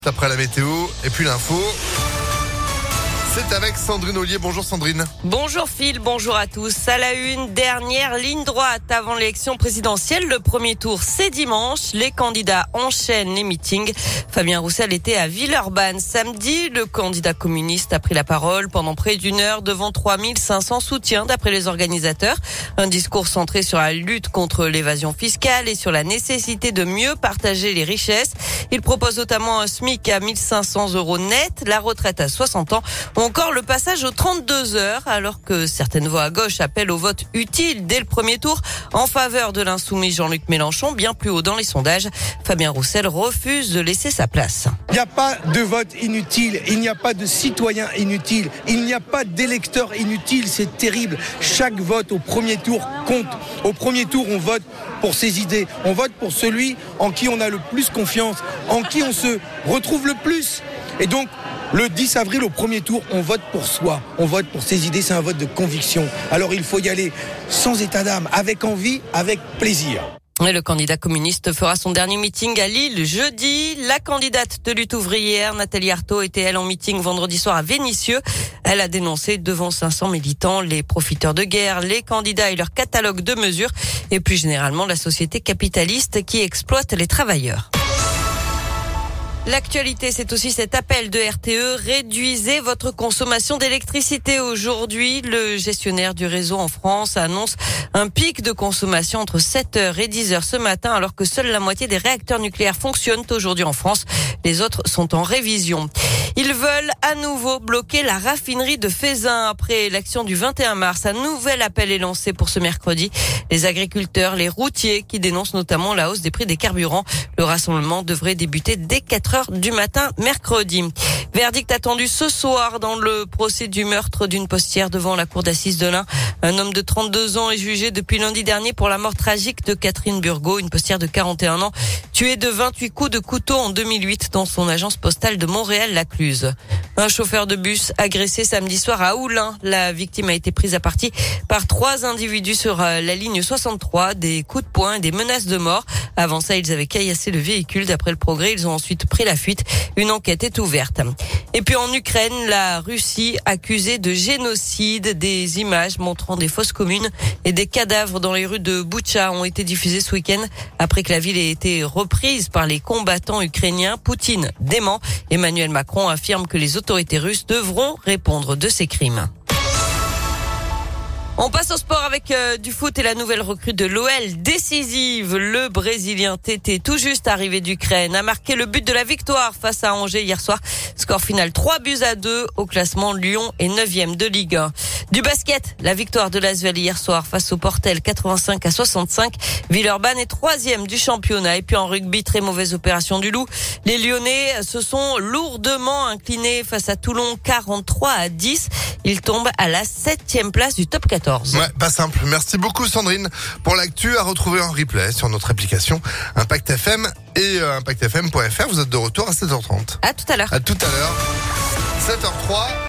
Après la météo et puis l'info, c'est avec Sandrine Ollier. Bonjour Sandrine. Bonjour Phil, bonjour à tous. À la une, dernière ligne droite avant l'élection présidentielle. Le premier tour, c'est dimanche. Les candidats enchaînent les meetings. Fabien Roussel était à Villeurbanne samedi. Le candidat communiste a pris la parole pendant près d'une heure devant 3500 soutiens d'après les organisateurs. Un discours centré sur la lutte contre l'évasion fiscale et sur la nécessité de mieux partager les richesses. Il propose notamment un SMIC à 1500 € net, la retraite à 60 ans ou encore le passage aux 32 heures, alors que certaines voix à gauche appellent au vote utile dès le premier tour en faveur de l'insoumis Jean-Luc Mélenchon, bien plus haut dans les sondages. Fabien Roussel refuse de laisser sa place. Il n'y a pas de vote inutile, il n'y a pas de citoyen inutile, il n'y a pas d'électeur inutile, c'est terrible. Chaque vote au premier tour compte. Au premier tour, on vote pour ses idées, on vote pour celui en qui on a le plus confiance, en qui on se retrouve le plus. Et donc, le 10 avril, au premier tour, on vote pour soi, on vote pour ses idées, c'est un vote de conviction. Alors il faut y aller sans état d'âme, avec envie, avec plaisir. Et le candidat communiste fera son dernier meeting à Lille jeudi. La candidate de lutte ouvrière, Nathalie Arthaud, était elle en meeting vendredi soir à Vénissieux. Elle a dénoncé devant 500 militants les profiteurs de guerre, les candidats et leur catalogue de mesures et plus généralement la société capitaliste qui exploite les travailleurs. L'actualité, c'est aussi cet appel de RTE. Réduisez votre consommation d'électricité. Aujourd'hui, le gestionnaire du réseau en France annonce un pic de consommation entre 7h et 10h ce matin, alors que seule la moitié des réacteurs nucléaires fonctionnent aujourd'hui en France. Les autres sont en révision. Ils veulent à nouveau bloquer la raffinerie de Feyzin après l'action du 21 mars. Un nouvel appel est lancé pour ce mercredi. Les agriculteurs, les routiers qui dénoncent notamment la hausse des prix des carburants. Le rassemblement devrait débuter dès 4h du matin mercredi. Verdict attendu ce soir dans le procès du meurtre d'une postière devant la cour d'assises de l'Ain. Un homme de 32 ans est jugé depuis lundi dernier pour la mort tragique de Catherine Burgot, une postière de 41 ans, tuée de 28 coups de couteau en 2008 dans son agence postale de Montréal-Lacluse. Un chauffeur de bus agressé samedi soir à Oulin. La victime a été prise à partie par 3 individus sur la ligne 63, des coups de poing et des menaces de mort. Avant ça, ils avaient caillassé le véhicule. D'après le Progrès, ils ont ensuite pris la fuite. Une enquête est ouverte. Et puis en Ukraine, la Russie accusée de génocide. Des images montrant des fosses communes et des cadavres dans les rues de Boutcha ont été diffusées ce week-end après que la ville ait été reprise par les combattants ukrainiens. Poutine dément. Emmanuel Macron affirme que les autorités russes devront répondre de ces crimes. On passe au sport avec du foot et la nouvelle recrue de l'OL décisive. Le Brésilien Tété, tout juste arrivé d'Ukraine, a marqué le but de la victoire face à Angers hier soir. Score final 3-2 au classement. Lyon est 9e de Ligue 1. Du basket, la victoire de l'Asvel hier soir face au Portel 85-65. Villeurbanne est 3e du championnat. Et puis en rugby, très mauvaise opération du Loup. Les Lyonnais se sont lourdement inclinés face à Toulon 43-10. Ils tombent à la 7e place du top 14. Ouais, pas simple. Merci beaucoup Sandrine pour l'actu à retrouver en replay sur notre application Impact FM et impactfm.fr. Vous êtes de retour à 7h30. À tout à l'heure. À tout à l'heure. 7h03.